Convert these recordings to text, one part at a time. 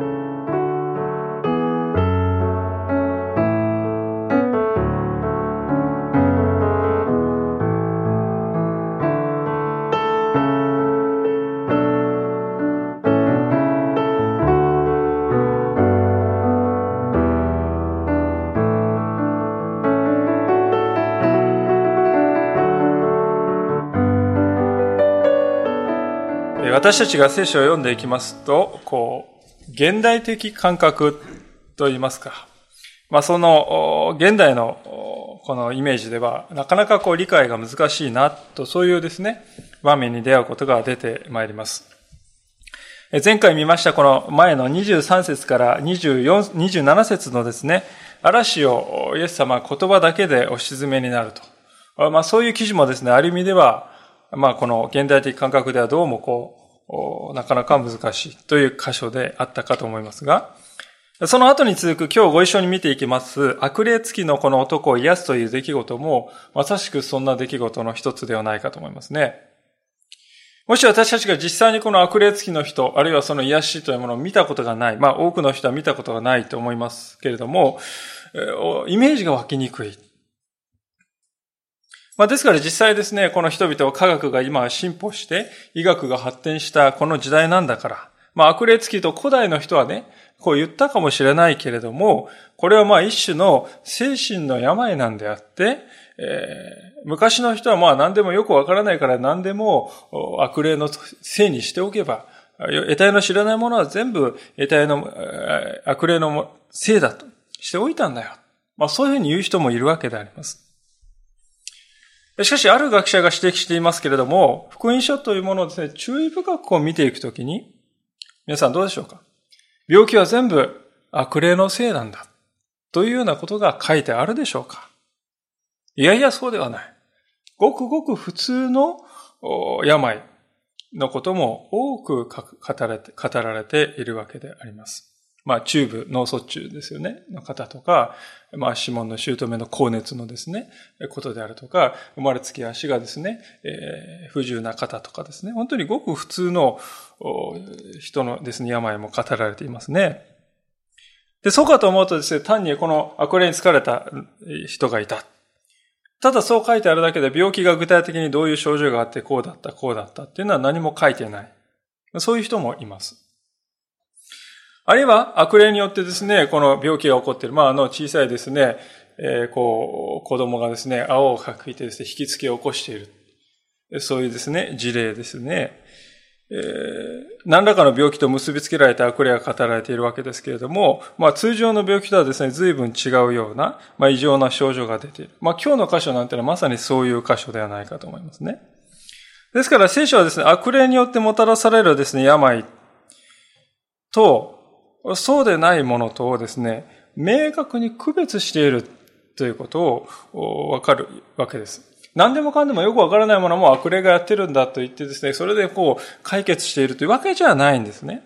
私たちが聖書を読んでいきますと、現代的感覚といいますか、その現代のこのイメージではなかなか理解が難しいなと、そういうですね場面に出会うことが出てまいります。前回見ましたこの前の23節から27節のですね、嵐をイエス様は言葉だけで押し沈めになると、そういう記事もですね、ある意味ではこの現代的感覚ではどうもなかなか難しいという箇所であったかと思いますが、その後に続く今日ご一緒に見ていきます悪霊付きのこの男を癒すという出来事もまさしくそんな出来事の一つではないかと思いますね。もし私たちが実際にこの悪霊付きの人、あるいはその癒しというものを見たことがない、多くの人は見たことがないと思いますけれども、イメージが湧きにくい。ですから実際ですね、この人々は科学が今進歩して医学が発展したこの時代なんだから、悪霊付きと古代の人はね、こう言ったかもしれないけれども、これは一種の精神の病なんであって、昔の人は何でもよくわからないから何でも悪霊のせいにしておけば、得体の知らないものは全部得体の悪霊のせいだとしておいたんだよ。そういうふうに言う人もいるわけであります。しかし、ある学者が指摘していますけれども、福音書というものをですね、注意深く見ていくときに、皆さんどうでしょうか？病気は全部悪霊のせいなんだ。というようなことが書いてあるでしょうか？いやいや、そうではない。ごくごく普通の病のことも多く語られているわけであります。中部、脳卒中ですよね、の方とか、シモンの姑の高熱のですね、ことであるとか、生まれつき足がですね、不自由な方とかですね、本当にごく普通の人のですね、病も語られていますね。で、そうかと思うとですね、単にこの悪霊に疲れた人がいた。ただそう書いてあるだけで病気が具体的にどういう症状があってこうだったっていうのは何も書いてない。そういう人もいます。あるいは悪霊によってですね、この病気が起こっている。小さいですね、子供がですね、泡をかいてですね、引きつけを起こしている。そういうですね、事例ですね。何らかの病気と結びつけられた悪霊が語られているわけですけれども、通常の病気とはですね、随分違うような、異常な症状が出ている。今日の箇所なんてのはまさにそういう箇所ではないかと思いますね。ですから聖書はですね、悪霊によってもたらされるですね、病と、そうでないものとをですね、明確に区別しているということをわかるわけです。何でもかんでもよくわからないものも悪霊がやってるんだと言ってですね、それで解決しているというわけじゃないんですね。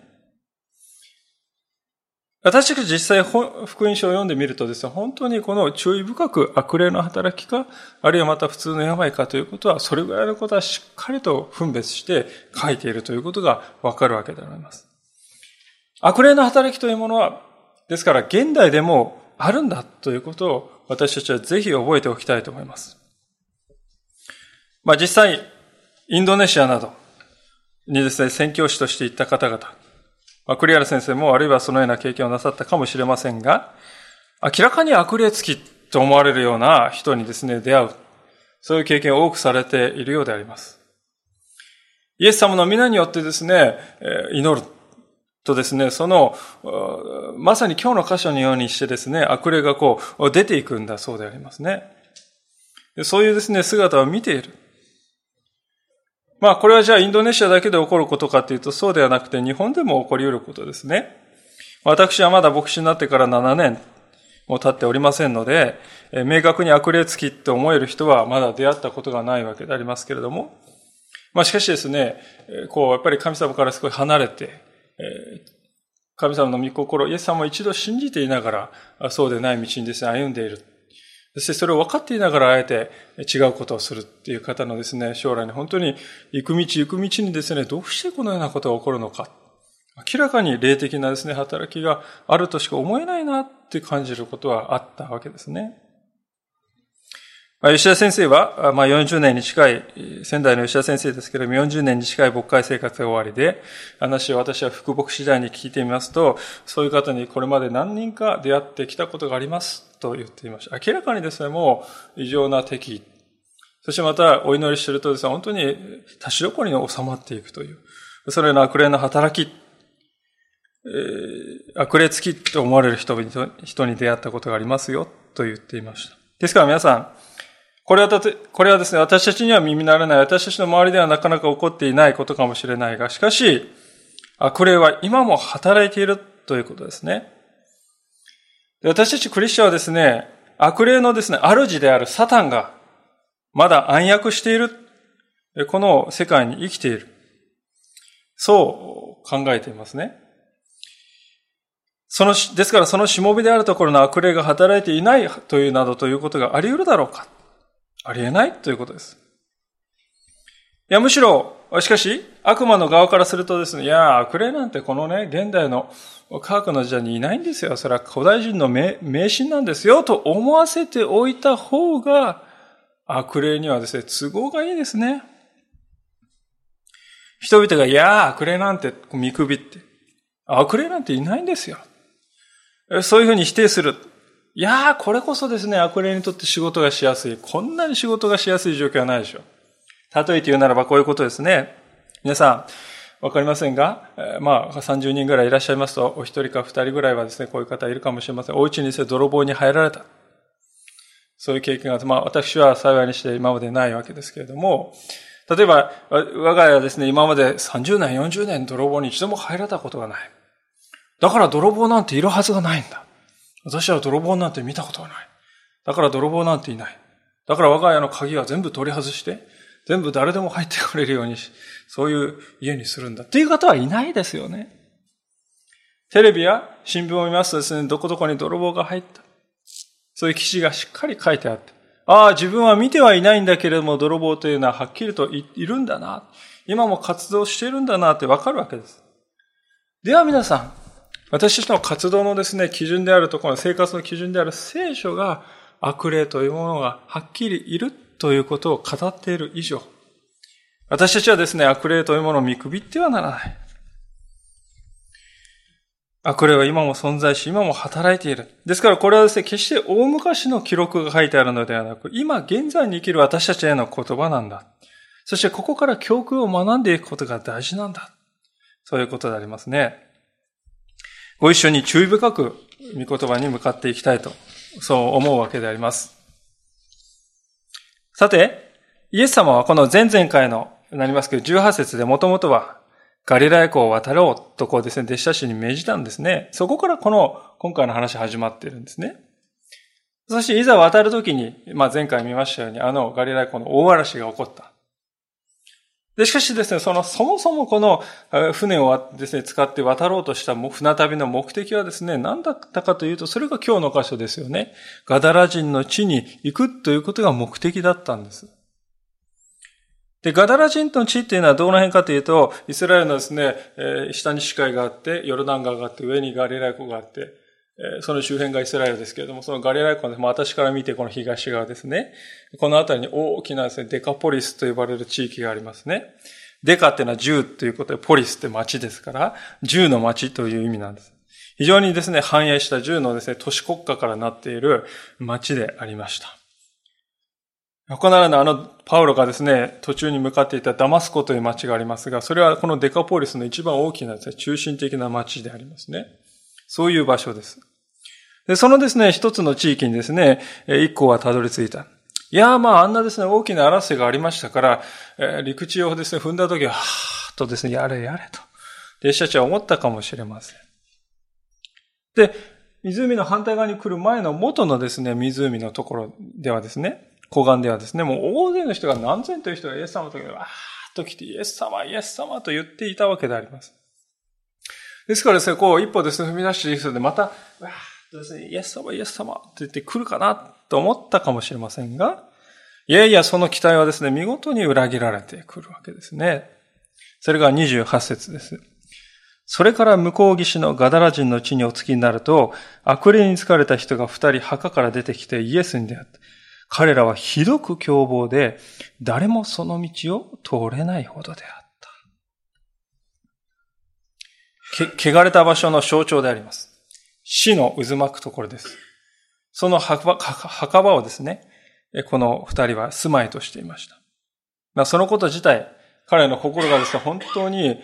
私が実際福音書を読んでみるとですね、本当にこの注意深く悪霊の働きか、あるいはまた普通の病かということは、それぐらいのことはしっかりと分別して書いているということがわかるわけであります。悪霊の働きというものは、ですから現代でもあるんだということを私たちはぜひ覚えておきたいと思います。実際、インドネシアなどにですね、宣教師として行った方々、栗原先生もあるいはそのような経験をなさったかもしれませんが、明らかに悪霊付きと思われるような人にですね、出会う。そういう経験を多くされているようであります。イエス様の皆によってですね、祈る。とですね、まさに今日の箇所のようにしてですね、悪霊が出ていくんだそうでありますね。そういうですね、姿を見ている。これはじゃあインドネシアだけで起こることかというとそうではなくて日本でも起こり得ることですね。私はまだ牧師になってから7年も経っておりませんので、明確に悪霊付きと思える人はまだ出会ったことがないわけでありますけれども、しかしですね、やっぱり神様から少し離れて、神様の御心、イエス様を一度信じていながら、そうでない道にですね、歩んでいる。そしてそれを分かっていながらあえて違うことをするっていう方のですね、将来に本当に行く道にですね、どうしてこのようなことが起こるのか。 明らかに霊的なですね、働きがあるとしか思えないなって感じることはあったわけですね。吉田先生は、40年に近い、仙台の吉田先生ですけれども、40年に近い牧会生活が終わりで、話を私は副牧師時代に聞いてみますと、そういう方にこれまで何人か出会ってきたことがありますと言っていました。明らかにですね、もう異常な敵意。そしてまたお祈りしているとですね、本当に立ち残りに収まっていくという、それらの悪霊の働き、悪霊付きと思われる人に出会ったことがありますよと言っていました。ですから皆さん、これはですね、私たちには耳慣れない、私たちの周りではなかなか起こっていないことかもしれないが、しかし、悪霊は今も働いているということですね。私たちクリスチャンはですね、悪霊のですね、主であるサタンがまだ暗躍している、この世界に生きている。そう考えていますね。ですからそのしもべであるところの悪霊が働いていないというなどということがあり得るだろうか。ありえないということです。いや、むしろ、しかし、悪魔の側からするとですね、いや、悪霊なんてこのね、現代の科学の時代にいないんですよ。それは古代人の迷信なんですよ、と思わせておいた方が、悪霊にはですね、都合がいいですね。人々が、いや、悪霊なんて見くびって、悪霊なんていないんですよ。そういうふうに否定する。いやー、これこそですね、悪霊にとって仕事がしやすい。こんなに仕事がしやすい状況はないでしょう。例えて言うならばこういうことですね。皆さん、わかりませんが、30人ぐらいいらっしゃいますと、お一人か二人ぐらいはですね、こういう方いるかもしれません。お家にですね、泥棒に入られた。そういう経験があって、私は幸いにして今までないわけですけれども、例えば、我が家はですね、今まで30年、40年泥棒に一度も入られたことがない。だから泥棒なんているはずがないんだ。私は泥棒なんて見たことがない。だから泥棒なんていない。だから我が家の鍵は全部取り外して、全部誰でも入ってこれるようにし、そういう家にするんだ。っていう方はいないですよね。テレビや新聞を見ますとですね、どこどこに泥棒が入った。そういう記事がしっかり書いてあって、自分は見てはいないんだけれども、泥棒というのははっきりといるんだな。今も活動しているんだなってわかるわけです。では皆さん、私たちの活動のですね、基準であるところ、生活の基準である聖書が悪霊というものがはっきりいるということを語っている以上、私たちはですね、悪霊というものを見くびってはならない。悪霊は今も存在し、今も働いている。ですからこれはですね、決して大昔の記録が書いてあるのではなく、今現在に生きる私たちへの言葉なんだ。そしてここから教訓を学んでいくことが大事なんだ。そういうことでありますね。ご一緒に注意深く御言葉に向かっていきたいと、そう思うわけであります。さて、イエス様はこの前々回のなりますけど、18節でもともとは、ガリラヤ湖を渡ろうとこうですね、弟子たちに命じたんですね。そこから今回の話始まっているんですね。そしていざ渡るときに、前回見ましたように、ガリラヤ湖の大嵐が起こった。で、しかしですね、そもそもこの船をですね、使って渡ろうとした船旅の目的はですね、何だったかというと、それが今日の箇所ですよね。ガダラ人の地に行くということが目的だったんです。で、ガダラ人の地っていうのはどの辺かというと、イスラエルのですね、下に死海があって、ヨルダン川があって、上にガリラヤ湖があって、その周辺がイスラエルですけれども、そのガリラヤ湖の私から見てこの東側ですね。この辺りに大きなですね、デカポリスと呼ばれる地域がありますね。デカっていうのは10ということで、ポリスって町ですから、10の町という意味なんです。非常にですね、繁栄した10のですね、都市国家からなっている町でありました。他ならぬパウロがですね、途中に向かっていたダマスコという町がありますが、それはこのデカポリスの一番大きなですね、中心的な町でありますね。そういう場所です。で、そのですね、一つの地域にですね、一行はたどり着いた。いやあんなですね、大きな嵐がありましたから、陸地をですね、踏んだ時は、はーっとですね、やれやれと、弟子たちは思ったかもしれません。で、湖の反対側に来る前の元のですね、湖のところではですね、湖岸ではですね、もう大勢の人が何千という人がイエス様の時にわーっと来て、イエス様、イエス様と言っていたわけであります。ですからですね、一歩ですね、踏み出していくので、また、わーっとですね、イエス様、イエス様と言って来るかなと思ったかもしれませんが、いやいや、その期待はですね、見事に裏切られてくるわけですね。それが28節です。 それから向こう岸のガダラ人の地にお着きになると、悪霊に疲れた人が2人墓から出てきてイエスに出会った。彼らはひどく凶暴で、誰もその道を通れないほどであった。汚れた場所の象徴であります。死の渦巻くところです。その墓場をですね、この2人は住まいとしていました。そのこと自体、彼の心がですね、本当に、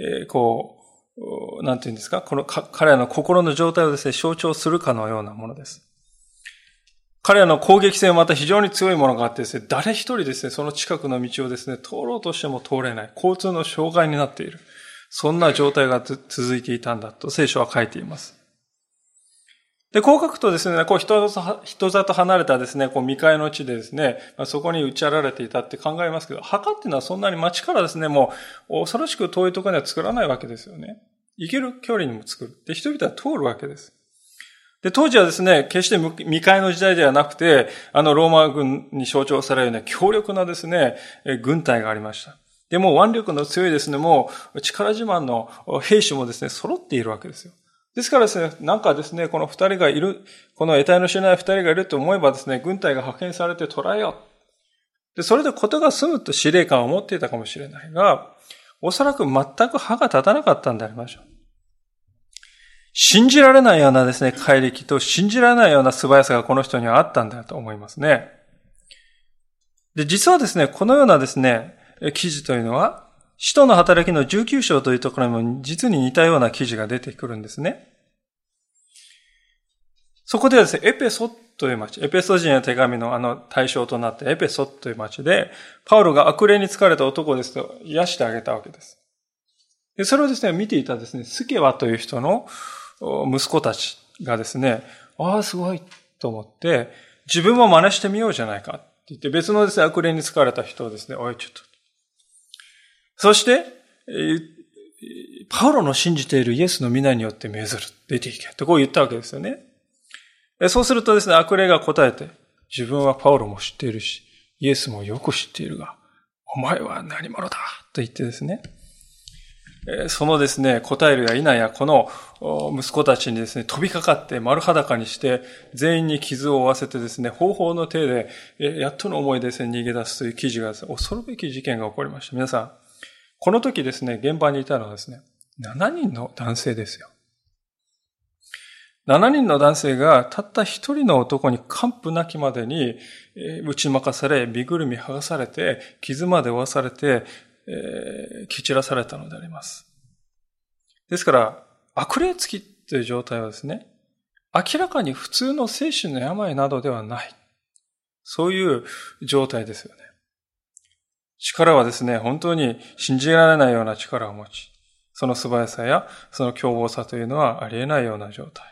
なんていうんですか、彼らの心の状態をですね、象徴するかのようなものです。彼らの攻撃性はまた非常に強いものがあってですね、誰一人ですね、その近くの道をですね、通ろうとしても通れない、交通の障害になっている。そんな状態が続いていたんだと聖書は書いています。で、こう書くとですね、人里離れたですね、未開の地でですね、そこに打ち荒られていたって考えますけど、墓っていうのはそんなに町からですね、もう恐ろしく遠いところには作らないわけですよね。行ける距離にも作る。で、人々は通るわけです。で、当時はですね、決して未開の時代ではなくて、ローマ軍に象徴されるような強力なですね、軍隊がありました。で、も腕力の強いですね、もう力自慢の兵士もですね、揃っているわけですよ。ですからですね、なんかですね、この二人がいる、この得体の知れない二人がいると思えばですね、軍隊が派遣されて捕らえよう。で、それで事が済むと司令官は思っていたかもしれないが、おそらく全く歯が立たなかったんでありましょう。信じられないようなですね、怪力と信じられないような素早さがこの人にはあったんだと思いますね。で、実はですね、このようなですね、記事というのは、使徒の働きの19章というところにも実に似たような記事が出てくるんですね。そこではですね、エペソという町、エペソ人の手紙の対象となってエペソという町で、パウロが悪霊に疲れた男ですと癒してあげたわけです。で、それをですね、見ていたですね、スケワという人の息子たちがですね、ああ、すごいと思って、自分も真似してみようじゃないかって言って、別のですね、悪霊に疲れた人をですね、おい、ちょっと。そして、パウロの信じているイエスの皆によって命ずる。出ていけ。とこう言ったわけですよね。そうするとですね、悪霊が答えて、自分はパウロも知っているし、イエスもよく知っているが、お前は何者だと言ってですね、そのですね、答えるや否や、この息子たちにですね、飛びかかって丸裸にして、全員に傷を負わせてですね、方法の手で、やっとの思いでですね、逃げ出すという記事がですね、恐るべき事件が起こりました。皆さん、この時ですね、現場にいたのはですね、7人の男性ですよ。7人の男性がたった一人の男に完膚なきまでに打ち負かされ、身ぐるみ剥がされて、傷まで負わされて、蹴散らされたのであります。ですから、悪霊つきという状態はですね、明らかに普通の精神の病などではない。そういう状態ですよね。力はですね、本当に信じられないような力を持ち、その素早さやその凶暴さというのはありえないような状態。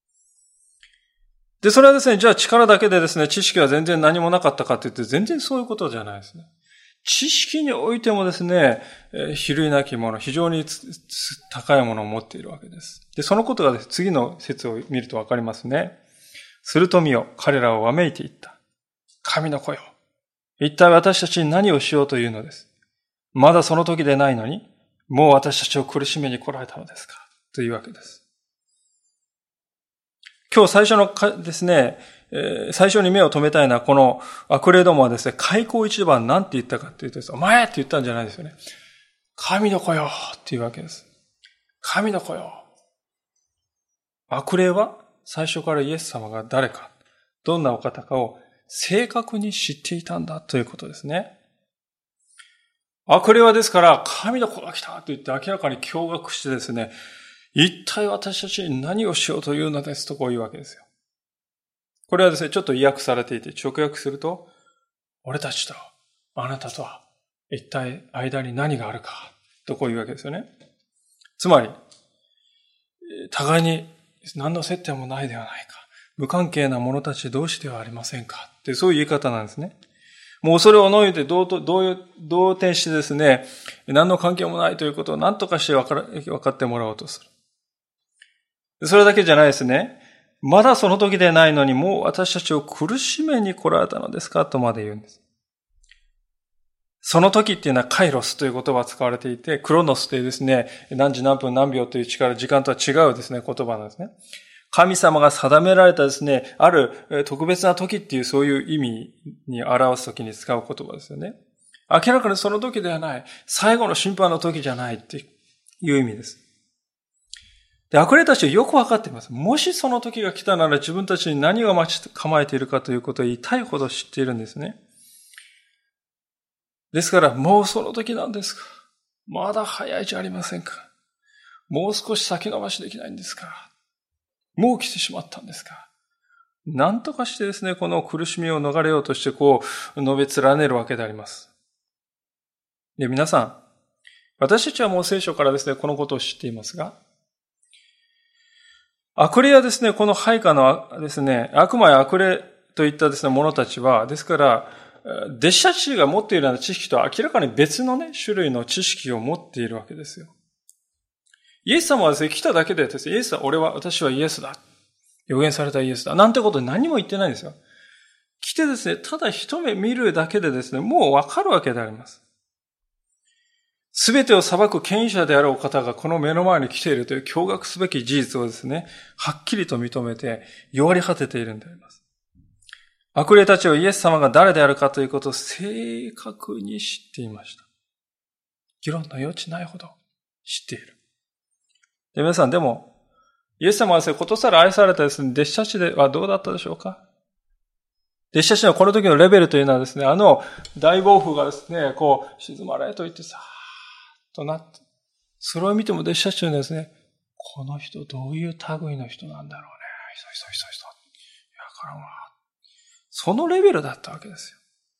で、それはですね、じゃあ力だけでですね、知識は全然何もなかったかというと、全然そういうことじゃないですね。知識においてもですね、比類なきもの、非常に高いものを持っているわけです。で、そのことがですね、次の説を見るとわかりますね。すると見よ、彼らをわめいていった。神の子よ。一体私たちに何をしようというのです。まだその時でないのに、もう私たちを苦しめに来られたのですかというわけです。今日最初のですね、最初に目を留めたいのは、この悪霊どもはですね、開口一番何て言ったかって言うと、お前って言ったんじゃないですよね。神の子よっていうわけです。神の子よ。悪霊は最初からイエス様が誰か、どんなお方かを正確に知っていたんだということですね。悪霊はですから、神の子が来たと言って明らかに驚愕してですね、一体私たちに何をしようというのですとこういうわけですよ。これはですね、ちょっと意訳されていて、直訳すると、俺たちとあなたとは一体間に何があるか、とこういうわけですよね。つまり、互いに何の接点もないではないか。無関係な者たち同士ではありませんか。ってそういう言い方なんですね。もうそれを除いて動転してですね、何の関係もないということを何とかして分かってもらおうとする。それだけじゃないですね。まだその時でないのにもう私たちを苦しめに来られたのですかとまで言うんです。 その時っていうのはカイロスという言葉が使われていて、クロノスというですね、何時何分何秒という力、時間とは違うですね、言葉なんですね。神様が定められたですね、ある特別な時っていうそういう意味に表す時に使う言葉ですよね。明らかにその時ではない、最後の審判の時じゃないっていう意味です。で、悪霊たちはよくわかっています。もしその時が来たなら自分たちに何が待ち構えているかということを痛いほど知っているんですね。ですから、もうその時なんですか？まだ早いじゃありませんか？もう少し先延ばしできないんですか？もう来てしまったんですか？何とかしてですね、この苦しみを逃れようとして述べ連ねるわけであります。で、皆さん、私たちはもう聖書からですね、このことを知っていますが、悪霊はですね、この配下のですね、悪魔や悪霊といったですね、者たちは、ですから、弟子たちが持っているような知識とは明らかに別のね、種類の知識を持っているわけですよ。イエス様はですね、来ただけでですね、私はイエスだ。予言されたイエスだ。なんてこと何も言ってないんですよ。来てですね、ただ一目見るだけでですね、もうわかるわけであります。すべてを裁く権威者であるお方がこの目の前に来ているという驚愕すべき事実をですね、はっきりと認めて弱り果てているんであります。悪霊たちはイエス様が誰であるかということを正確に知っていました。議論の余地ないほど知っている。で、皆さん、でも、イエス様はですね、ことさら愛されたですね、弟子たちではどうだったでしょうか？弟子たちのこの時のレベルというのはですね、大暴風がですね、沈まれと言ってさーっとなって、それを見ても弟子たちはですね、この人どういう類の人なんだろうね。いやからんわ。そのレベルだったわけですよ。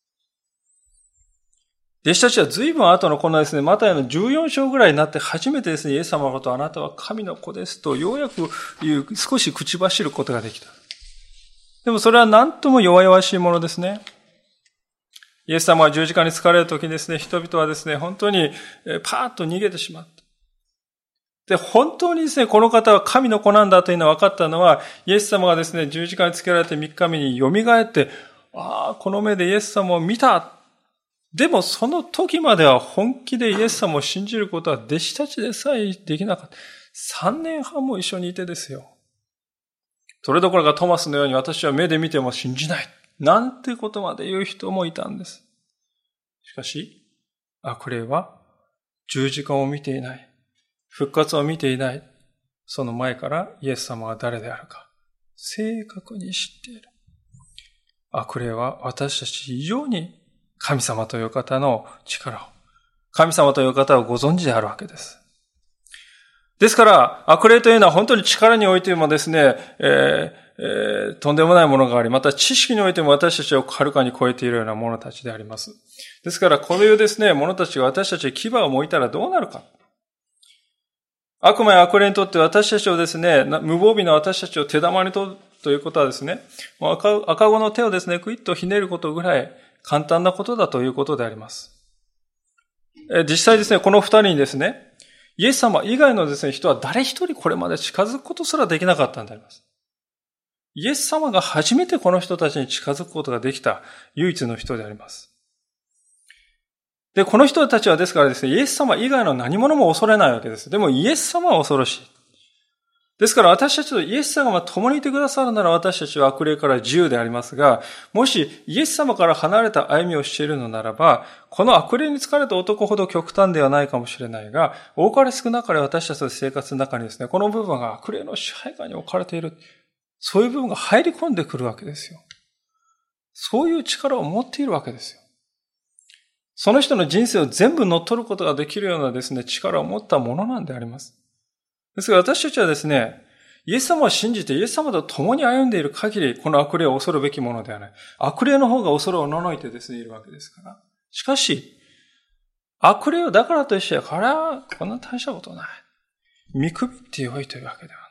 弟子たちは随分後のこのですね、マタイの14章ぐらいになって初めてですね、イエス様のことをあなたは神の子ですとようやく少し口走ることができた。でもそれは何とも弱々しいものですね。イエス様は十字架に疲れるときにですね、人々はですね、本当にパーッと逃げてしまった。で、本当にですね、この方は神の子なんだというのが分かったのは、イエス様がですね、十字架につけられて3日目に蘇って、この目でイエス様を見た。でもその時までは本気でイエス様を信じることは弟子たちでさえできなかった。3年半も一緒にいてですよ。それどころかトマスのように私は目で見ても信じない。なんてことまで言う人もいたんです。しかし、悪霊は十字架を見ていない。復活を見ていない。その前からイエス様が誰であるか、正確に知っている。悪霊は私たち以上に神様という方の力を、神様という方をご存知であるわけです。ですから、悪霊というのは本当に力においてもですね、とんでもないものがあり、また知識においても私たちをはるかに超えているような者たちであります。ですから、こういうですね、者たちが私たちに牙を向いたらどうなるか。悪魔や悪霊にとって私たちをですね、無防備な私たちを手玉に取るということはですね、赤子の手をですね、クイッとひねることぐらい簡単なことだということであります。実際ですね、この二人にですね、イエス様以外のですね、人は誰一人これまで近づくことすらできなかったんであります。イエス様が初めてこの人たちに近づくことができた唯一の人であります。で、この人たちはですからですね、イエス様以外の何者も恐れないわけです。でもイエス様は恐ろしい。ですから私たちとイエス様が共にいてくださるなら私たちは悪霊から自由でありますが、もしイエス様から離れた歩みをしているのならば、この悪霊に疲れた男ほど極端ではないかもしれないが、多かれ少なかれ私たちの生活の中にですね、この部分が悪霊の支配下に置かれている。そういう部分が入り込んでくるわけですよ。そういう力を持っているわけですよ。その人の人生を全部乗っ取ることができるようなですね、力を持ったものなんであります。ですが私たちはですね、イエス様を信じてイエス様と共に歩んでいる限り、この悪霊を恐るべきものではない。悪霊の方が恐れをののいてですね、いるわけですから。しかし、悪霊をだからとして、これはこんな大したことない。見くびってよいというわけではない。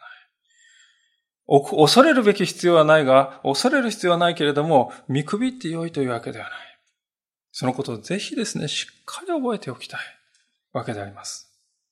恐れるべき必要はないが、恐れる必要はないけれども、見くびってよいというわけではない。そのことをぜひですね、しっかり覚えておきたいわけであります。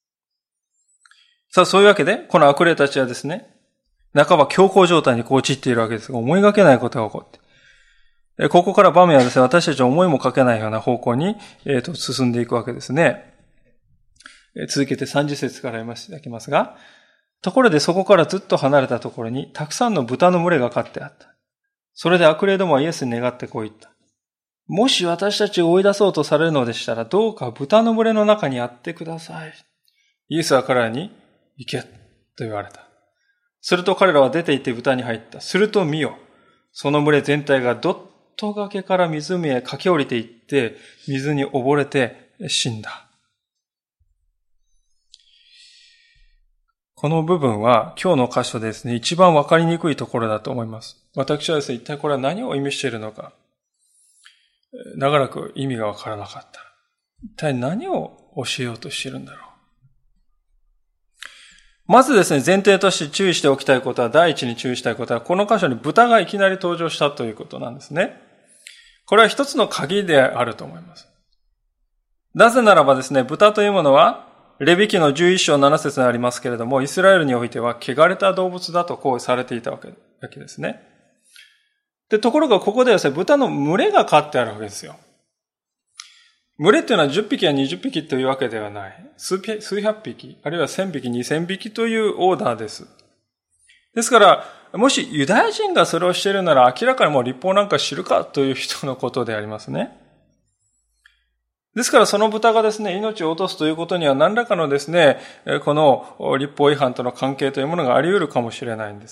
さあ、そういうわけで、この悪霊たちはですね、半ば強行状態に陥っているわけですが、思いがけないことが起こって。 ここから場面はですね、私たちの思いもかけないような方向に、進んでいくわけですね。続けて30節から読ませていただきますが、ところでそこからずっと離れたところにたくさんの豚の群れが飼ってあった。それで悪霊どもはイエスに願ってこう言った。もし私たちを追い出そうとされるのでしたら、どうか豚の群れの中にやってください。イエスは彼らに、行け、と言われた。すると彼らは出て行って豚に入った。すると見よ。その群れ全体がドット崖から湖へ駆け下りていって、水に溺れて死んだ。この部分は今日の箇所でですね、一番わかりにくいところだと思います。私はですね、一体これは何を意味しているのか、長らく意味がわからなかった。一体何を教えようとしているんだろう。まずですね、前提として注意しておきたいことは、第一に注意したいことは、この箇所に豚がいきなり登場したということなんですね。これは一つの鍵であると思います。なぜならばですね、豚というものは、レビ記の11章7節にありますけれども、イスラエルにおいては汚れた動物だとこうされていたわけですね。で、ところがここではですね、豚の群れが飼ってあるわけですよ。群れっていうのは10匹や20匹というわけではない。数百匹、あるいは1000匹、2000匹というオーダーです。ですから、もしユダヤ人がそれをしているなら明らかにもう律法なんか知るかという人のことでありますね。ですからその豚がですね、命を落とすということには何らかのですね、この律法違反との関係というものがあり得るかもしれないんです。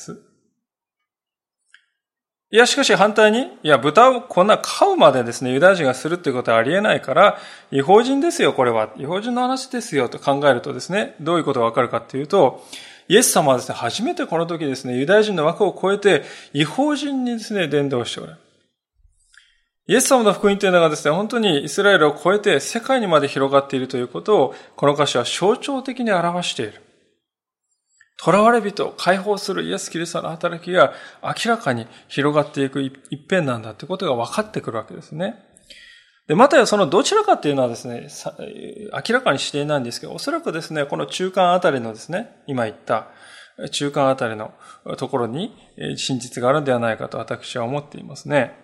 いや、しかし反対に、豚をこんな飼うまでですね、ユダヤ人がするっていうことはありえないから、違法人ですよ、これは。違法人の話ですよ、と考えるとですね、どういうことがわかるかっていうと、イエス様はですね、初めてこの時ですね、ユダヤ人の枠を超えて、違法人にですね、伝道しておられる。イエス様の福音というのがですね、本当にイスラエルを超えて世界にまで広がっているということを、この箇所は象徴的に表している。囚われ人を解放するイエス・キリストの働きが明らかに広がっていく一辺なんだということが分かってくるわけですね。で、またそのどちらかっていうのはですね、明らかにしていないんですけど、おそらくですね、この中間あたりのですね、今言った中間あたりのところに真実があるんではないかと私は思っていますね。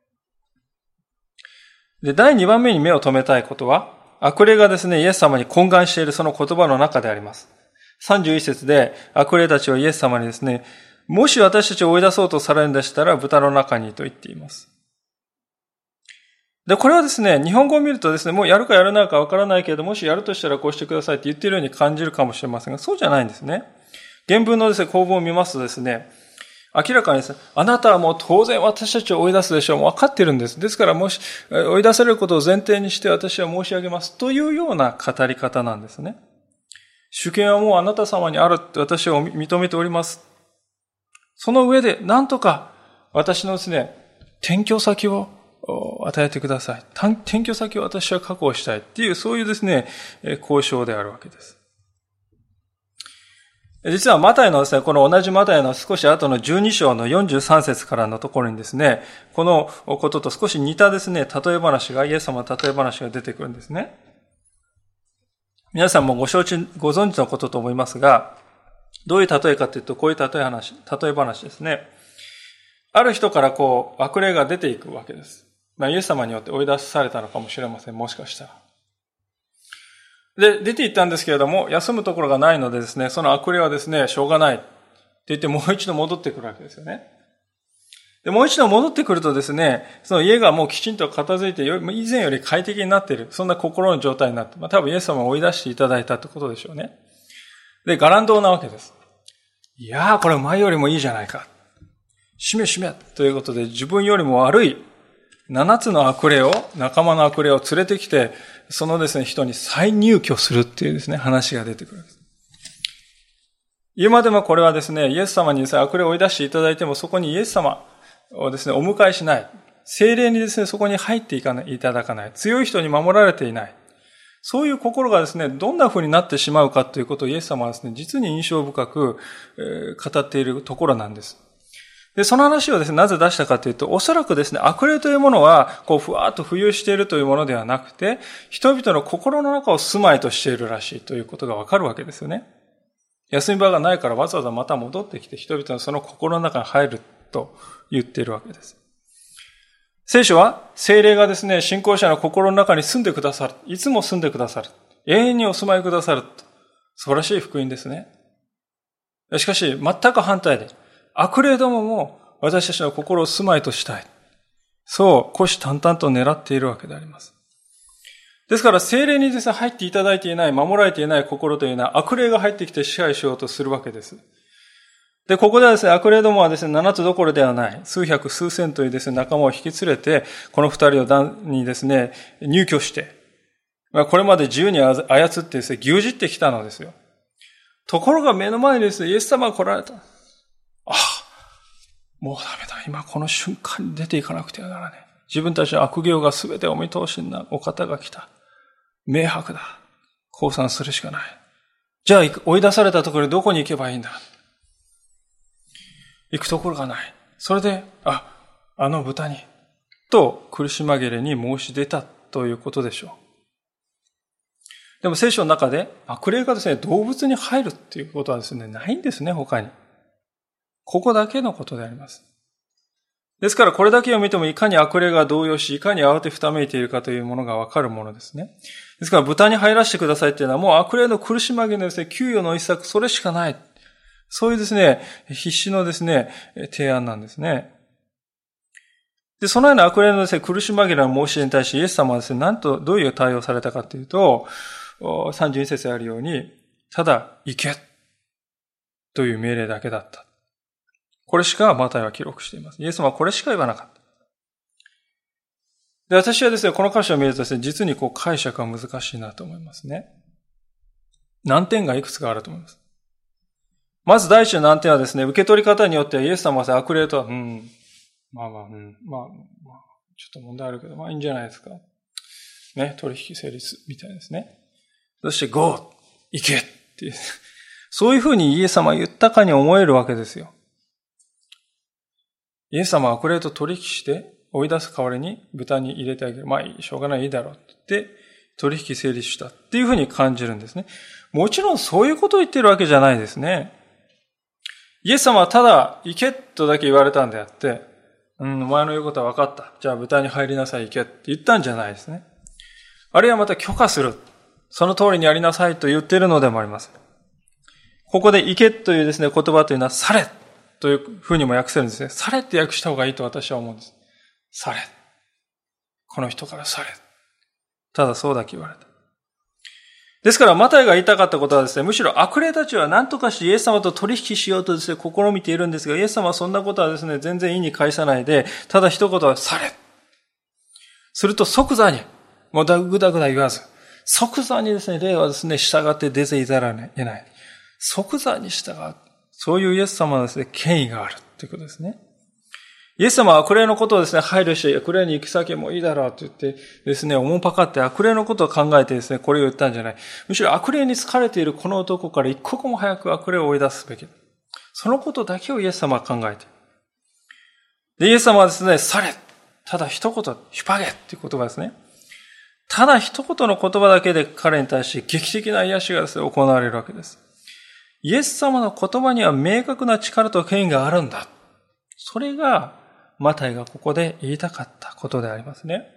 で、第2番目に目を留めたいことは、悪霊がですね、イエス様に懇願しているその言葉の中であります。31節で悪霊たちをイエス様にですね、もし私たちを追い出そうとされるんでしたら豚の中にと言っています。で、これはですね、日本語を見るとですね、もうやるかやらないかわからないけれど、もしやるとしたらこうしてくださいって言っているように感じるかもしれませんが、そうじゃないんですね。原文のですね、構文を見ますとですね、明らかにですね、あなたはもう当然私たちを追い出すでしょう。もう分かっているんです。ですからもし追い出されることを前提にして私は申し上げますというような語り方なんですね。主権はもうあなた様にあるって私は認めております。その上で何とか私のですね、転居先を与えてください。転居先を私は確保したいっていうそういうですね、交渉であるわけです。実はマタイのですね、この同じマタイの少し後の12章の43節からのところにですね、このことと少し似たですね、例え話が、イエス様の例え話が出てくるんですね。皆さんもご存知のことと思いますが、どういう例えかというと、こういう例え話ですね。ある人から悪霊が出ていくわけです。イエス様によって追い出されたのかもしれません。もしかしたら。で、出て行ったんですけれども、休むところがないのでですね、その悪霊はですね、しょうがないって言ってもう一度戻ってくるわけですよね。で、もう一度戻ってくるとですね、その家がもうきちんと片付いて、以前より快適になっている。そんな心の状態になって、多分イエス様を追い出していただいたってことでしょうね。で、伽藍堂なわけです。いやー、これ前よりもいいじゃないか。しめしめということで、自分よりも悪い7つの仲間の悪霊を連れてきて、そのですね、人に再入居するっていうですね、話が出てくるんです。今でもこれはですね、イエス様にですね、悪霊を追い出していただいても、そこにイエス様をですね、お迎えしない。聖霊にですね、そこに入っていただかない。強い人に守られていない。そういう心がですね、どんな風になってしまうかということをイエス様はですね、実に印象深く語っているところなんです。で、その話をですね、なぜ出したかというと、おそらくですね、悪霊というものは、ふわーっと浮遊しているというものではなくて、人々の心の中を住まいとしているらしいということがわかるわけですよね。休み場がないからわざわざまた戻ってきて、人々のその心の中に入ると言っているわけです。 聖書は聖霊がですね、信仰者の心の中に住んでくださる。いつも住んでくださる。永遠にお住まいくださる。素晴らしい福音ですね。しかし、全く反対で、悪霊どもも私たちの心を住まいとしたい。そう、虎視眈々と狙っているわけであります。ですから、聖霊にですね、入っていただいていない、守られていない心というのは悪霊が入ってきて支配しようとするわけです。で、ここではですね、悪霊どもはですね、7つどころではない、数百数千というですね、仲間を引き連れて、この二人をにですね、入居して、これまで自由に操ってですね、牛耳ってきたのですよ。ところが目の前にですね、イエス様が来られた。もうダメだ。今この瞬間に出ていかなくてはならない。自分たちの悪行が全てお見通しなお方が来た。明白だ。降参するしかない。じゃあ追い出されたところにどこに行けばいいんだ。行くところがない。それで、あの豚に、と苦し紛れに申し出たということでしょう。でも聖書の中で悪霊がですね、動物に入るっていうことはですね、ないんですね、他に。ここだけのことであります。ですからこれだけを見てもいかに悪霊が動揺し、いかに慌てふためいているかというものがわかるものですね。ですから豚に入らせてくださいっていうのはもう悪霊の苦し紛れのですね、給与の一策、それしかない。そういうですね、必死のですね、提案なんですね。で、そのような悪霊のですね、苦し紛れの申し出に対し、イエス様はですね、どういう対応されたかというと、32節にあるように、ただ、行けという命令だけだった。これしかマタイは記録しています。イエス様はこれしか言わなかった。で、私はですね、この箇所を見るとですね、実に解釈が難しいなと思いますね。難点がいくつかあると思います。まず第一の難点はですね、受け取り方によってはイエス様は悪霊とは、ちょっと問題あるけど、いいんじゃないですか。ね、取引成立みたいですね。そして、ゴー、行けっていう、そういうふうにイエス様は言ったかに思えるわけですよ。イエス様は悪霊と取引して追い出す代わりに豚に入れてあげる。しょうがない、いいだろうって言って取引成立したっていうふうに感じるんですね。もちろんそういうことを言ってるわけじゃないですね。イエス様はただ行けとだけ言われたんであって、お前の言うことは分かった。じゃあ豚に入りなさい、行けって言ったんじゃないですね。あるいはまた許可する。その通りにやりなさいと言っているのでもあります。ここで行けというですね、言葉というのはされというふうにも訳せるんですね。されって訳した方がいいと私は思うんです。され。この人からされ。ただそうだけ言われた。ですから、マタイが言いたかったことはですね、むしろ悪霊たちは何とかしてイエス様と取引しようとですね、試みているんですが、イエス様はそんなことはですね、全然意に介さないで、ただ一言はされ。すると即座に、もうぐだぐだ言わず、即座にですね、霊はですね、従って出ていざられない。即座に従う。そういうイエス様はですね、権威があるということですね。イエス様は悪霊のことをですね、配慮して、悪霊に行き先もいいだろうと言ってですね、おもんぱかって悪霊のことを考えてですね、これを言ったんじゃない。むしろ悪霊に疲れているこの男から一刻も早く悪霊を追い出すべき。そのことだけをイエス様は考えて。で、イエス様はですね、され。ただ一言、ヒュパゲっていう言葉ですね。ただ一言の言葉だけで彼に対して劇的な癒しがですね、行われるわけです。イエス様の言葉には明確な力と権威があるんだ。それが、マタイがここで言いたかったことでありますね。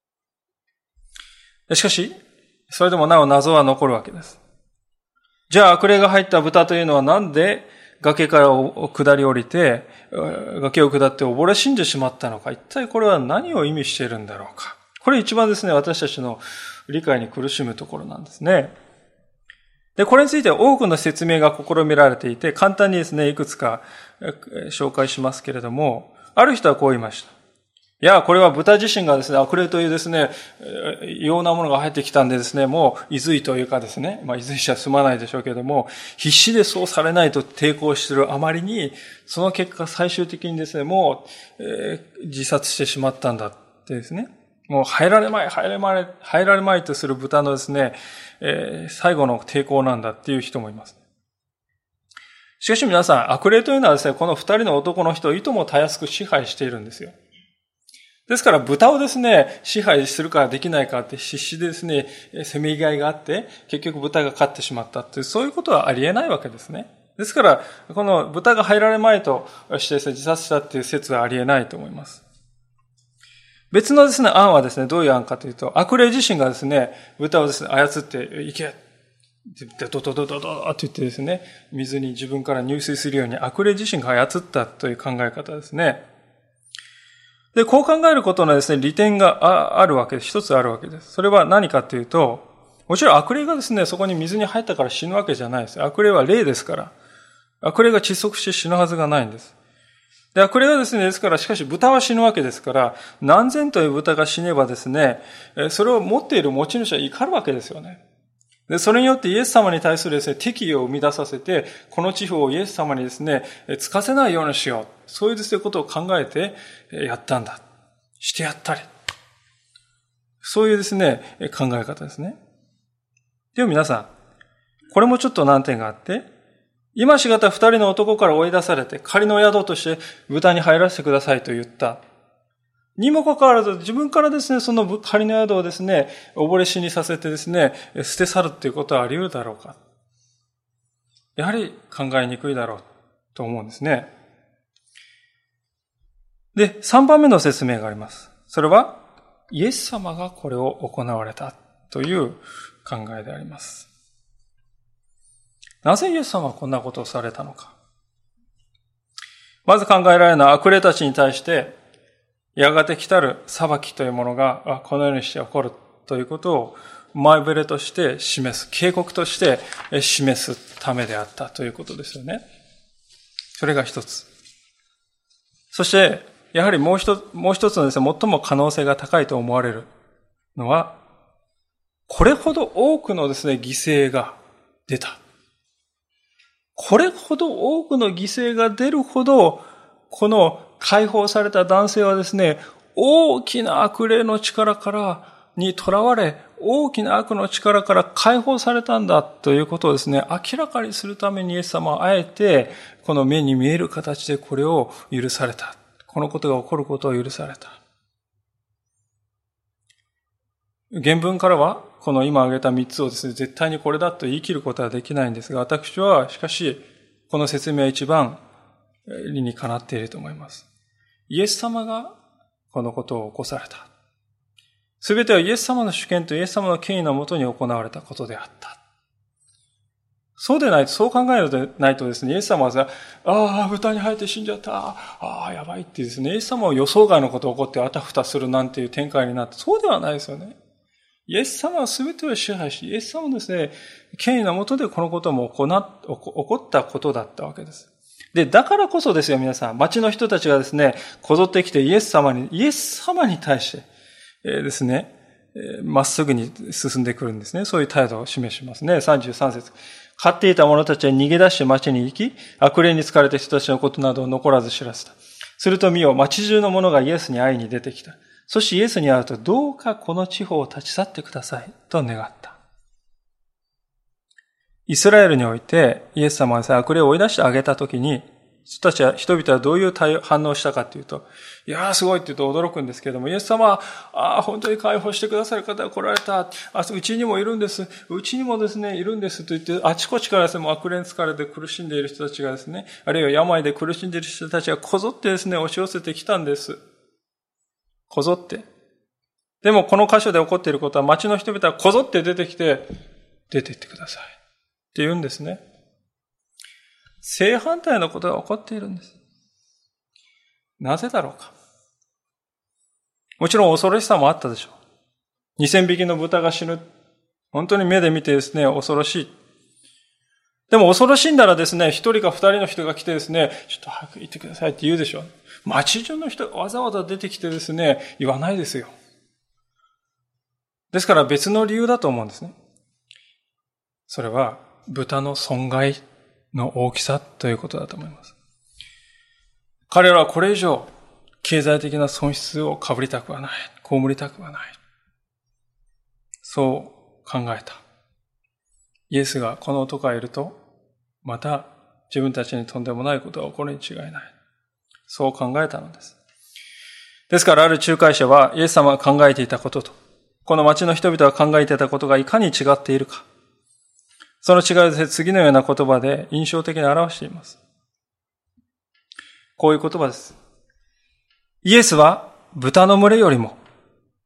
しかし、それでもなお謎は残るわけです。じゃあ悪霊が入った豚というのはなんで崖から下り降りて、崖を下って溺れ死んでしまったのか。一体これは何を意味しているんだろうか。これ一番ですね、私たちの理解に苦しむところなんですね。で、これについては多くの説明が試みられていて、簡単にですね、いくつか紹介しますけれども、ある人はこう言いました。いや、これは豚自身がですね、悪霊というですね、異様なものが入ってきたんでですね、もう、いずいというかですね、いずいしは済まないでしょうけれども、必死でそうされないと抵抗するあまりに、その結果最終的にですね、もう、自殺してしまったんだってですね、もう入られまいとする豚のですね、最後の抵抗なんだっていう人もいます。しかし皆さん、悪霊というのはですね、この二人の男の人をいともたやすく支配しているんですよ。ですから豚をですね、支配するかできないかって必死でですね、せめぎ合いがあって、結局豚が勝ってしまったっていう、そういうことはありえないわけですね。ですから、この豚が入られまいとしてですね、自殺したっていう説はありえないと思います。 別のですね、案はですね、どういう案かというと、悪霊自身がですね、豚をですね、操って、行けってドドドドドって言ってですね、水に自分から入水するように悪霊自身が操ったという考え方ですね。で、こう考えることのですね、利点があるわけです。一つあるわけです。それは何かというと、もちろん悪霊がですね、そこに水に入ったから死ぬわけじゃないです。悪霊は霊ですから。悪霊が窒息して死ぬはずがないんです。で、悪霊がですね、ですから、しかし豚は死ぬわけですから、何千という豚が死ねばですね、それを持っている持ち主は怒るわけですよね。で、それによってイエス様に対するですね、敵意を生み出させて、この地方をイエス様にですね、つかせないようにしよう。そういうですね、ことを考えてやったんだ。してやったり。そういうですね、考え方ですね。でも皆さん、これもちょっと難点があって、今しがた二人の男から追い出されて、仮の宿として豚に入らせてくださいと言った。にもかかわらず、自分からですね、その仮の宿をですね、溺れ死にさせてですね、捨て去るっていうことはあり得るだろうか。やはり考えにくいだろうと思うんですね。で、3番目の説明があります。それは、イエス様がこれを行われたという考えであります。なぜイエス様はこんなことをされたのか。まず考えられるのは悪霊たちに対して、やがて来たる裁きというものがこのようにして起こるということを前触れとして示す、警告として示すためであったということですよね。それが一つ。そして、やはりもう一つのですね、最も可能性が高いと思われるのは、これほど多くのですね、犠牲が出た。これほど多くの犠牲が出るほど、この解放された男性はですね、大きな悪霊の力に囚われ、大きな悪の力から解放されたんだということをですね、明らかにするためにイエス様はあえて、この目に見える形でこれを許された。このことが起こることを許された。原文からは、この今挙げた3つをですね、絶対にこれだと言い切ることはできないんですが、私はしかし、この説明は一番理にかなっていると思います。イエス様がこのことを起こされた。すべてはイエス様の主権とイエス様の権威のもとに行われたことであった。そうでないと、そう考えないとですね、イエス様はさ、豚に入って死んじゃった。やばいってですね、イエス様は予想外のことが起こってあたふたするなんていう展開になって、そうではないですよね。イエス様は全てを支配し、イエス様のですね、権威のもとでこのことも起こったことだったわけです。で、だからこそですよ、皆さん。町の人たちがですね、こぞってきてイエス様に対して、ですね、まっすぐに進んでくるんですね。そういう態度を示しますね。33節。飼っていた者たちは逃げ出して町に行き、悪霊に疲れた人たちのことなどを残らず知らせた。すると見よ、町中の者がイエスに会いに出てきた。そしてイエスに会うと、どうかこの地方を立ち去ってください、と願った。イスラエルにおいて、イエス様が悪霊を追い出してあげたときに、人々はどういう反応をしたかというと、すごいって言うと驚くんですけれども、イエス様は、本当に解放してくださる方が来られた。うちにもいるんです。うちにもですね、いるんですと言って、あちこちからですね、悪霊に疲れて苦しんでいる人たちがですね、あるいは病で苦しんでいる人たちがこぞってですね、押し寄せてきたんです。こぞって。でもこの箇所で起こっていることは、町の人々はこぞって出てきて、出て行ってください。って言うんですね。正反対のことが起こっているんです。なぜだろうか。もちろん恐ろしさもあったでしょう。2000匹の豚が死ぬ。本当に目で見てですね、恐ろしい。でも恐ろしいんならですね、一人か二人の人が来てですね、ちょっと早く行ってくださいって言うでしょう。町中の人がわざわざ出てきてですね、言わないですよ。ですから別の理由だと思うんですね。それは豚の損害の大きさということだと思います。彼らはこれ以上経済的な損失を被りたくはない。被りたくはない。そう考えた。イエスがこの男がいると、また自分たちにとんでもないことが起こるに違いない。そう考えたのです。ですからある仲介者はイエス様が考えていたことと、この町の人々が考えていたことがいかに違っているか。その違いで次のような言葉で印象的に表しています。こういう言葉です。イエスは豚の群れよりも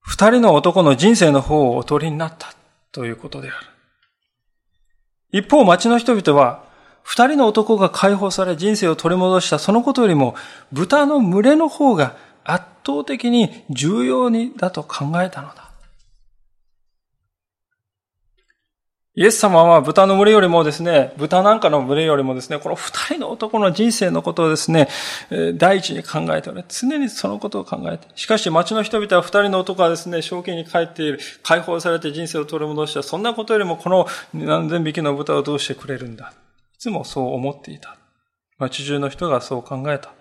二人の男の人生の方をお取りになったということである。一方、町の人々は、二人の男が解放され人生を取り戻したそのことよりも、豚の群れの方が圧倒的に重要だと考えたのだ。イエス様は豚の群れよりもですね、豚なんかの群れよりもですね、この二人の男の人生のことをですね、第一に考えておられ、常にそのことを考えて。しかし町の人々は二人の男がですね、正気に帰っている、解放されて人生を取り戻した、そんなことよりもこの何千匹の豚をどうしてくれるんだ。いつもそう思っていた。町中の人がそう考えた。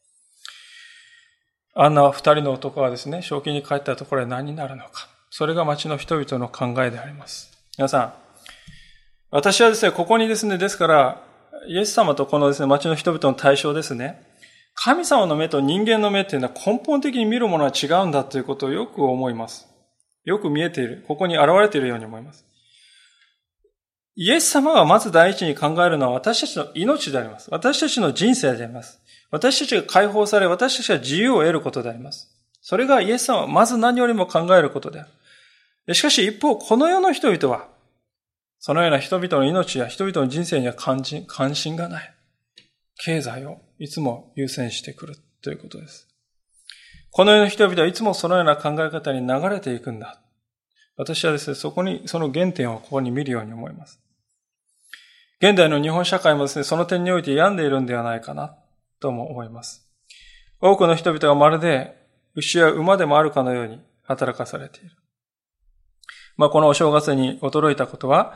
あんな二人の男がですね、正気に帰ったところで何になるのか。それが町の人々の考えであります。皆さん、私はですね、ここにですね、ですから、イエス様とこのですね、町の人々の対象ですね、神様の目と人間の目っていうのは根本的に見るものは違うんだということをよく思います。よく見えている。ここに現れているように思います。イエス様がまず第一に考えるのは私たちの命であります。私たちの人生であります。私たちが解放され、私たちが自由を得ることであります。それがイエス様はまず何よりも考えることである。しかし一方、この世の人々は、そのような人々の命や人々の人生には関心がない。経済をいつも優先してくるということです。この世の人々はいつもそのような考え方に流れていくんだ。私はですね、その原点をここに見るように思います。現代の日本社会もですね、その点において病んでいるんではないかなとも思います。多くの人々がまるで牛や馬でもあるかのように働かされている。このお正月に驚いたことは、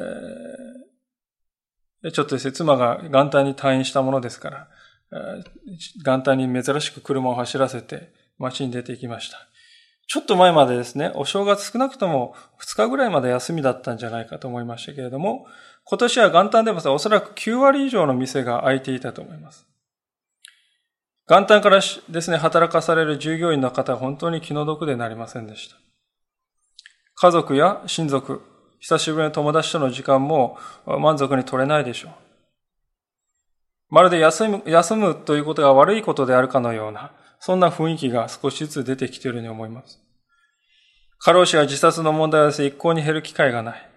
ちょっとですね、妻が元旦に退院したものですから、元旦に珍しく車を走らせて街に出て行きました。ちょっと前までですね、お正月少なくとも2日ぐらいまで休みだったんじゃないかと思いましたけれども、今年は元旦でもおそらく9割以上の店が開いていたと思います。元旦からですね、働かされる従業員の方は本当に気の毒でなりませんでした。家族や親族、久しぶりの友達との時間も満足に取れないでしょう。まるで休むということが悪いことであるかのような、そんな雰囲気が少しずつ出てきているように思います。過労死や自殺の問題はですね、一向に減る機会がない。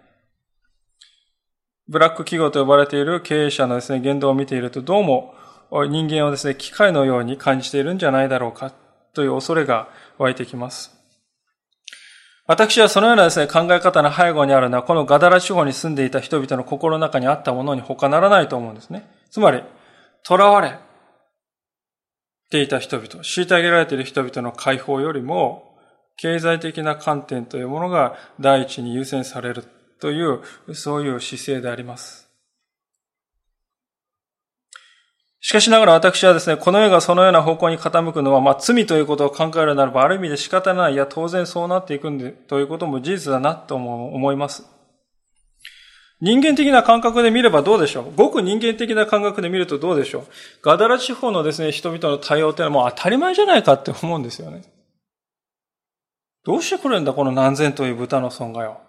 ブラック企業と呼ばれている経営者のですね、言動を見ていると、どうも人間をですね、機械のように感じているんじゃないだろうかという恐れが湧いてきます。私はそのようなですね、考え方の背後にあるのは、このガダラ地方に住んでいた人々の心の中にあったものに他ならないと思うんですね。つまり、囚われていた人々、虐げられている人々の解放よりも、経済的な観点というものが第一に優先されるという、そういう姿勢であります。しかしながら私はですね、この世がそのような方向に傾くのは、罪ということを考えるならば、ある意味で仕方ない、いや当然そうなっていくんで、ということも事実だなと思います。人間的な感覚で見ればどうでしょう。ごく人間的な感覚で見るとどうでしょう。ガダラ地方のですね、人々の対応ってのはもう当たり前じゃないかって思うんですよね。どうしてくれるんだ、この何千という豚の損害を。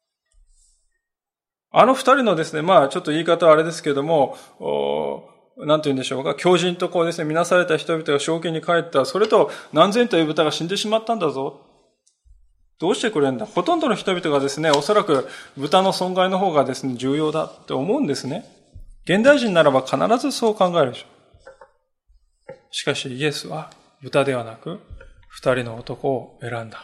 あの二人のですね、ちょっと言い方はあれですけども、なんて言うんでしょうか、狂人とこうですね、見なされた人々が正気に帰った、それと何千という豚が死んでしまったんだぞ。どうしてくれるんだ。ほとんどの人々がですね、おそらく豚の損害の方がですね、重要だって思うんですね。現代人ならば必ずそう考えるでしょう。しかしイエスは豚ではなく、二人の男を選んだ。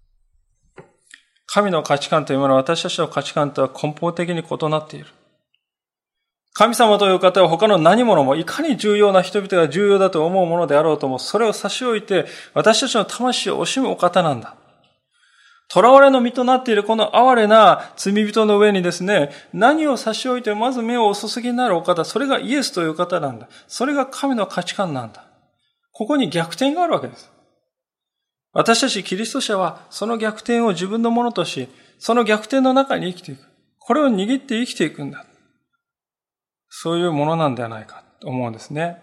神の価値観というものは私たちの価値観とは根本的に異なっている。神様という方は他の何者もいかに重要な人々が重要だと思うものであろうとも、それを差し置いて私たちの魂を惜しむお方なんだ。囚われの身となっているこの哀れな罪人の上にですね、何を差し置いてまず目をお注ぎになるお方、それがイエスという方なんだ。それが神の価値観なんだ。ここに逆転があるわけです。私たちキリスト者はその逆転を自分のものとし、その逆転の中に生きていく。これを握って生きていくんだ。そういうものなんではないかと思うんですね。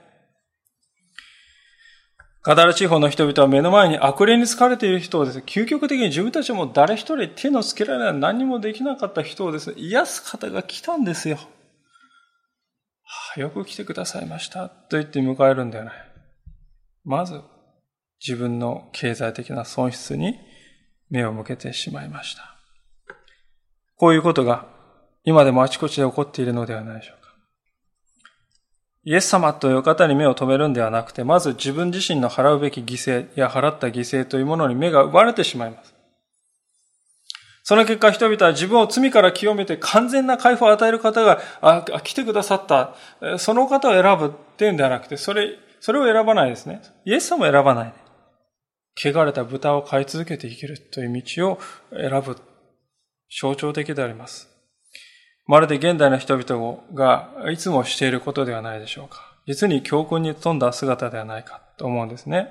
ガダラ地方の人々は目の前に悪霊に疲れている人をですね、究極的に自分たちも誰一人手のつけられない何もできなかった人をですね、癒す方が来たんですよ。よく来てくださいましたと言って迎えるんではない。まず自分の経済的な損失に目を向けてしまいました。こういうことが今でもあちこちで起こっているのではないでしょうか。イエス様という方に目を留めるんではなくて、まず自分自身の払うべき犠牲や払った犠牲というものに目が奪われてしまいます。その結果、人々は自分を罪から清めて完全な解放を与える方が来てくださった。その方を選ぶっていうんではなくて、それを選ばないですね。イエス様を選ばない。汚れた豚を飼い続けて生きるという道を選ぶ。象徴的であります。まるで現代の人々がいつもしていることではないでしょうか。実に教訓に富んだ姿ではないかと思うんですね。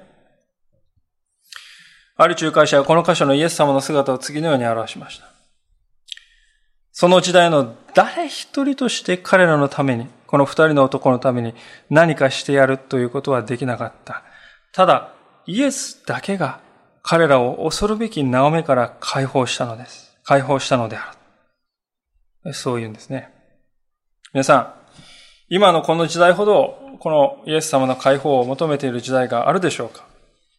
ある仲介者はこの箇所のイエス様の姿を次のように表しました。その時代の誰一人として彼らのために、この二人の男のために何かしてやるということはできなかった。ただ、イエスだけが彼らを恐るべき縄目から解放したのです。解放したのである。そういうんですね。皆さん、今のこの時代ほど、このイエス様の解放を求めている時代があるでしょうか。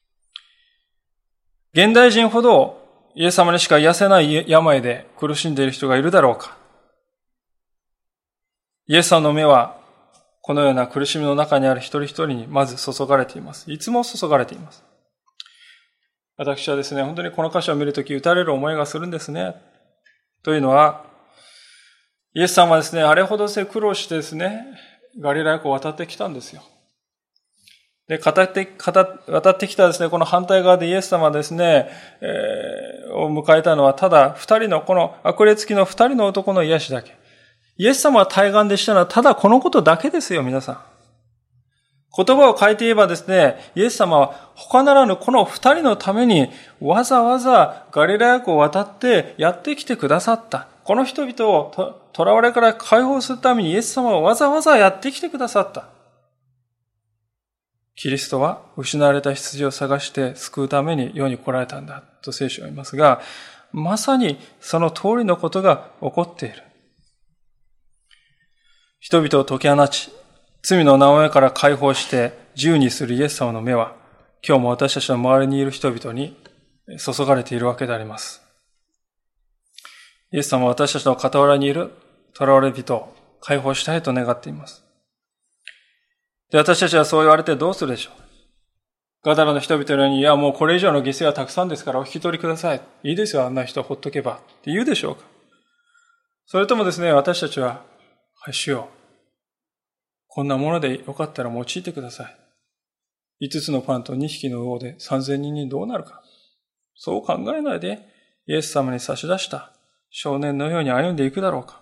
現代人ほどイエス様にしか癒せない病で苦しんでいる人がいるだろうか。イエス様の目はこのような苦しみの中にある一人一人にまず注がれています。いつも注がれています。私はですね、本当にこの箇所を見るとき打たれる思いがするんですね。というのは、イエス様はですね、あれほど苦労してですね、ガリラヤ湖を渡ってきたんですよ。で、渡ってきたですね、この反対側でイエス様はですね、を迎えたのは、ただ二人の、この悪霊付きの二人の男の癒しだけ。イエス様は対岸でしたのは、ただこのことだけですよ、皆さん。言葉を変えて言えばですね、イエス様は他ならぬこの二人のために、わざわざガリラヤ湖を渡ってやってきてくださった。この人々を囚われから解放するためにイエス様はわざわざやってきてくださった。キリストは失われた羊を探して救うために世に来られたんだと聖書は言いますが、まさにその通りのことが起こっている。人々を解き放ち、罪の縄目から解放して自由にするイエス様の目は、今日も私たちの周りにいる人々に注がれているわけであります。イエス様は私たちの傍らにいる囚われ人を解放したいと願っています。で、私たちはそう言われてどうするでしょう。ガダラの人々のように、いやもうこれ以上の犠牲はたくさんですからお引き取りください。いいですよ、あんな人ほっとけば。って言うでしょうか。それともですね、私たちは、はい、主よ。こんなものでよかったら用いてください。5つのパンと2匹の魚で3000人にどうなるか。そう考えないで、イエス様に差し出した少年のように歩んでいくだろうか。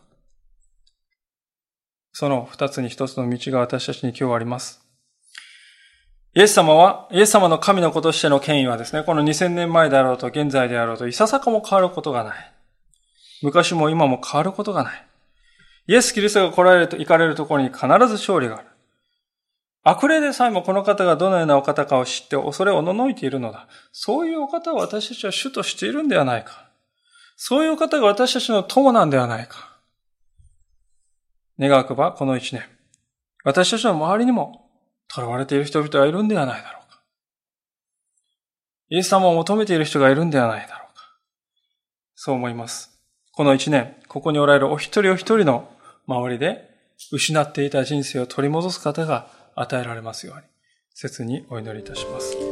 その2つに1つの道が私たちに今日あります。イエス様の神の子としての権威はですね、この2000年前であろうと現在であろうといささかも変わることがない。昔も今も変わることがない。イエス・キリストが来られると行かれるところに必ず勝利がある。悪霊でさえもこの方がどのようなお方かを知って恐れをおののいているのだ。そういうお方を私たちは主としているんではないか。そういうお方が私たちの友なんではないか。願わくばこの一年、私たちの周りにも囚われている人々がいるんではないだろうか。イエス様を求めている人がいるんではないだろうか。そう思います。この一年、ここにおられるお一人お一人の周りで失っていた人生を取り戻す方が与えられますように、切にお祈りいたします。